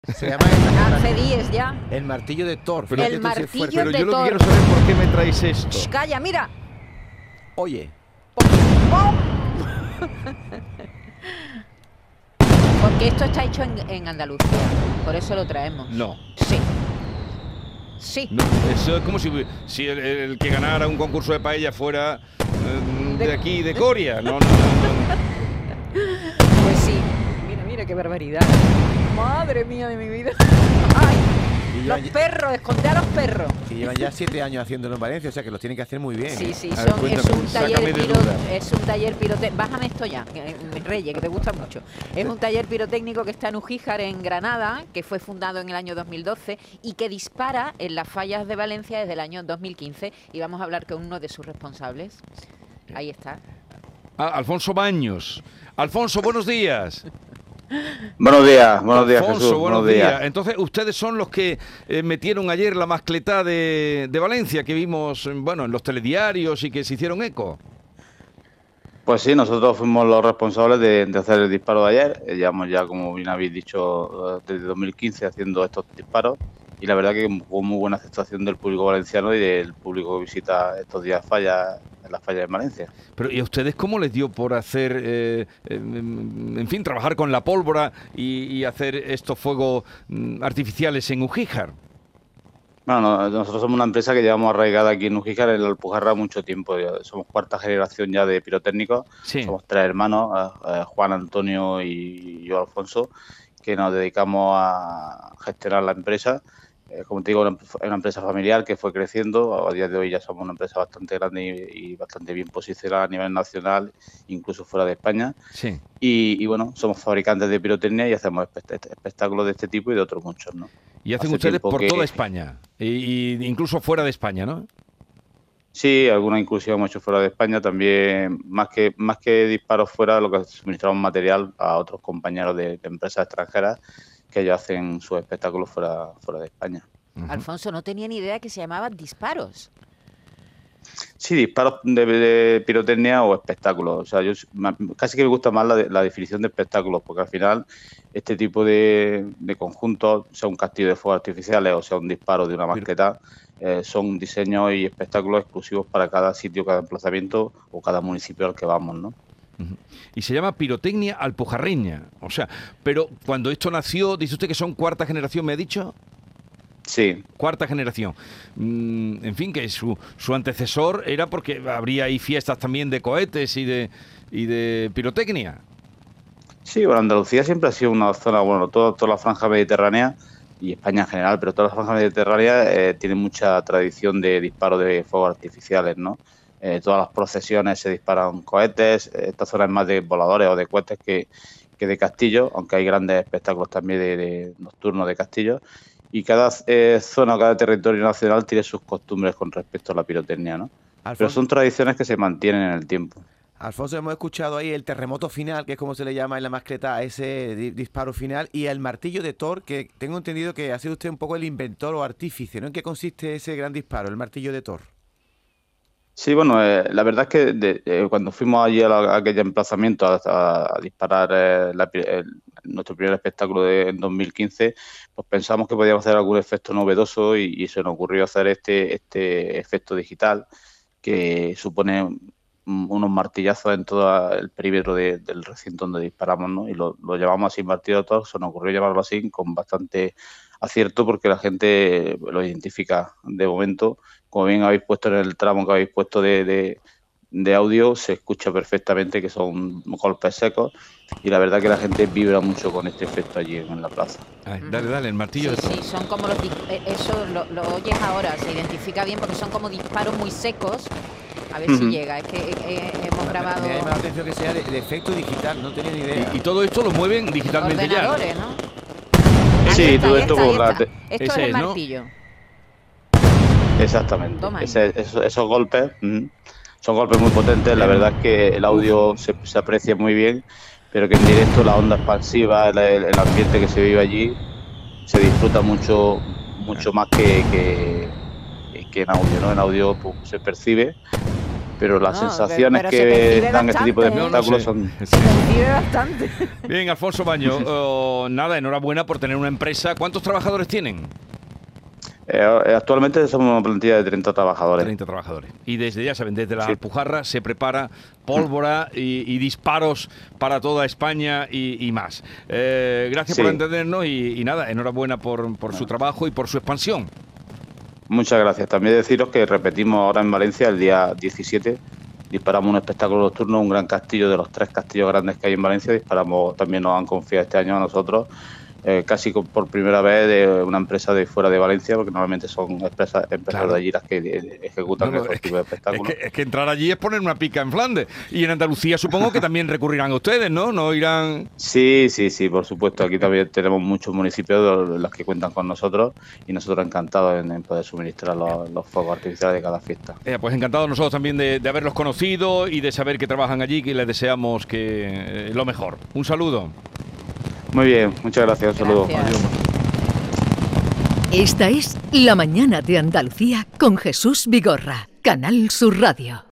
Se llama Hace días ya. el martillo de Thor. El Fíjate tú si es martillo fuerte. Pero de yo lo que Thor. quiero saber es por qué me traéis esto. Shh, calla, mira. Oye, Porque esto está hecho en Andalucía. Por eso lo traemos. No. Sí. Sí. No, eso es como si el que ganara un concurso de paella fuera de aquí, de Coria. No, no, no, no. Pues sí. Mira, mira qué barbaridad. Madre mía de mi vida. Ay, y los llevan, perros, esconde a los perros. y llevan ya 7 años haciéndolo en Valencia, o sea que los tienen que hacer muy bien. Sí, sí, A ver, es cuéntame, un sácame de dudas. es un taller pirotécnico. Bájame esto ya, Reyes, que te gusta mucho. Es un taller pirotécnico que está en Ugíjar, en Granada, que fue fundado en el año 2012 y que dispara en las fallas de Valencia desde el año 2015. Y vamos a hablar con uno de sus responsables. Ahí está. Ah, Alfonso Baños. Alfonso, buenos días. Buenos días, Alfonso, Jesús, buenos días. Entonces, ustedes son los que metieron ayer la mascletá de Valencia, que vimos, bueno, en los telediarios y que se hicieron eco. Pues sí, nosotros fuimos los responsables de hacer el disparo de ayer. Llevamos ya, como bien habéis dicho, desde 2015 haciendo estos disparos y la verdad que hubo muy buena aceptación del público valenciano y del público que visita estos días fallas, en las fallas de Valencia. Pero ¿y a ustedes cómo les dio por hacer, en fin, trabajar con la pólvora y hacer estos fuegos artificiales en Ugíjar? Bueno, nosotros somos una empresa que llevamos arraigada aquí en Ugíjar, en la Alpujarra, mucho tiempo. Somos cuarta generación ya de pirotécnicos. Sí. Somos 3 hermanos, Juan, Antonio y yo, Alfonso, que nos dedicamos a gestionar la empresa. Como te digo, es una empresa familiar que fue creciendo. A día de hoy ya somos una empresa bastante grande y bastante bien posicionada a nivel nacional, incluso fuera de España. Sí. Y bueno, somos fabricantes de pirotecnia y hacemos espectáculos de este tipo y de otros muchos, ¿no? Y hacen Hace ustedes tiempo por que- toda España, y incluso fuera de España, ¿no? Sí, alguna inclusión hemos hecho fuera de España también, más que disparos fuera, lo que suministramos material a otros compañeros de empresas extranjeras que ellos hacen sus espectáculos fuera de España. Alfonso, no tenía ni idea que se llamaban disparos. Sí, disparos de pirotecnia o espectáculos. O sea, casi que me gusta más la definición de espectáculos, porque al final este tipo de conjuntos, sea un castillo de fuegos artificiales o sea un disparo de una mascleta, son diseños y espectáculos exclusivos para cada sitio, cada emplazamiento o cada municipio al que vamos, ¿no? Y se llama pirotecnia alpujarreña. O sea, pero cuando esto nació, dice usted que son cuarta generación, ¿me ha dicho? Sí. Cuarta generación. En fin, que su antecesor era porque habría ahí fiestas también de cohetes y de pirotecnia. Sí, bueno, Andalucía siempre ha sido una zona, bueno, toda la franja mediterránea y España en general, pero toda la franja mediterránea tiene mucha tradición de disparo de fuegos artificiales, ¿no? Todas las procesiones se disparan cohetes, esta zona es más de voladores o de cohetes que de castillos, aunque hay grandes espectáculos también de nocturnos de castillos. Y cada zona o cada territorio nacional tiene sus costumbres con respecto a la pirotecnia, ¿no? Pero son tradiciones que se mantienen en el tiempo. Alfonso, hemos escuchado ahí el terremoto final, que es como se le llama en la mascleta a ese disparo final, y el martillo de Thor, que tengo entendido que ha sido usted un poco el inventor o artífice, ¿no? ¿En qué consiste ese gran disparo, el martillo de Thor? Sí, bueno, la verdad es que cuando fuimos allí a aquel emplazamiento a disparar nuestro primer espectáculo en 2015, pues pensamos que podíamos hacer algún efecto novedoso y se nos ocurrió hacer este efecto digital que supone unos martillazos en todo el perímetro del recinto donde disparamos, ¿no? Y lo llamamos así martillo de Thor, se nos ocurrió llamarlo así con bastante acierto porque la gente lo identifica de momento. Como bien habéis puesto en el tramo que habéis puesto de audio, se escucha perfectamente que son golpes secos y la verdad que la gente vibra mucho con este efecto allí en la plaza. Ay, dale, el martillo Sí, de Thor. sí, son como los... Eso lo oyes ahora, se identifica bien porque son como disparos muy secos. A ver si llega, es que hemos grabado... Me ha llamado la atención que sea de efecto digital, no tenía ni idea. Y todo esto lo mueven digitalmente ya, ¿no? ordenadores, ¿no? Sí, Ahí está, todo ahí esto está, ahí con está. Esto Ese es el es, ¿no? martillo. Exactamente. Toma ahí. Esos golpes son golpes muy potentes. La verdad es que el audio se aprecia muy bien, pero que en directo la onda expansiva, el ambiente que se vive allí, se disfruta mucho más que en audio, ¿no? En audio pues, se percibe, pero las No, sensaciones pero se que percibe dan este tipo de bastante, ¿eh? espectáculos No, no son... sé. Se percibe bastante. Bien, Alfonso Baño, nada, enhorabuena por tener una empresa. ¿Cuántos trabajadores tienen? Actualmente somos una plantilla de 30 trabajadores. 30 trabajadores. Y desde, ya saben, desde la Sí. Alpujarra se prepara pólvora y disparos para toda España y más. Gracias Sí. por entendernos y nada, enhorabuena por su trabajo y por su expansión. Muchas gracias. También deciros que repetimos ahora en Valencia el día 17. Disparamos un espectáculo nocturno, un gran castillo de los 3 castillos grandes que hay en Valencia. Disparamos, también nos han confiado este año a nosotros, casi por primera vez de una empresa de fuera de Valencia, porque normalmente son empresas Claro. de allí las que ejecutan No, estos tipos de espectáculos. es que entrar allí es poner una pica en Flandes. Y en Andalucía supongo que también recurrirán a ustedes, ¿no? No irán... Sí, por supuesto. Aquí también tenemos muchos municipios de los que cuentan con nosotros y nosotros encantados en poder suministrar los fuegos artificiales de cada fiesta. Pues encantados nosotros también de haberlos conocido y de saber que trabajan allí, que les deseamos que lo mejor. Un saludo. Muy bien, muchas gracias. Un saludo. Gracias. Esta es La Mañana de Andalucía con Jesús Vigorra, Canal Sur Radio.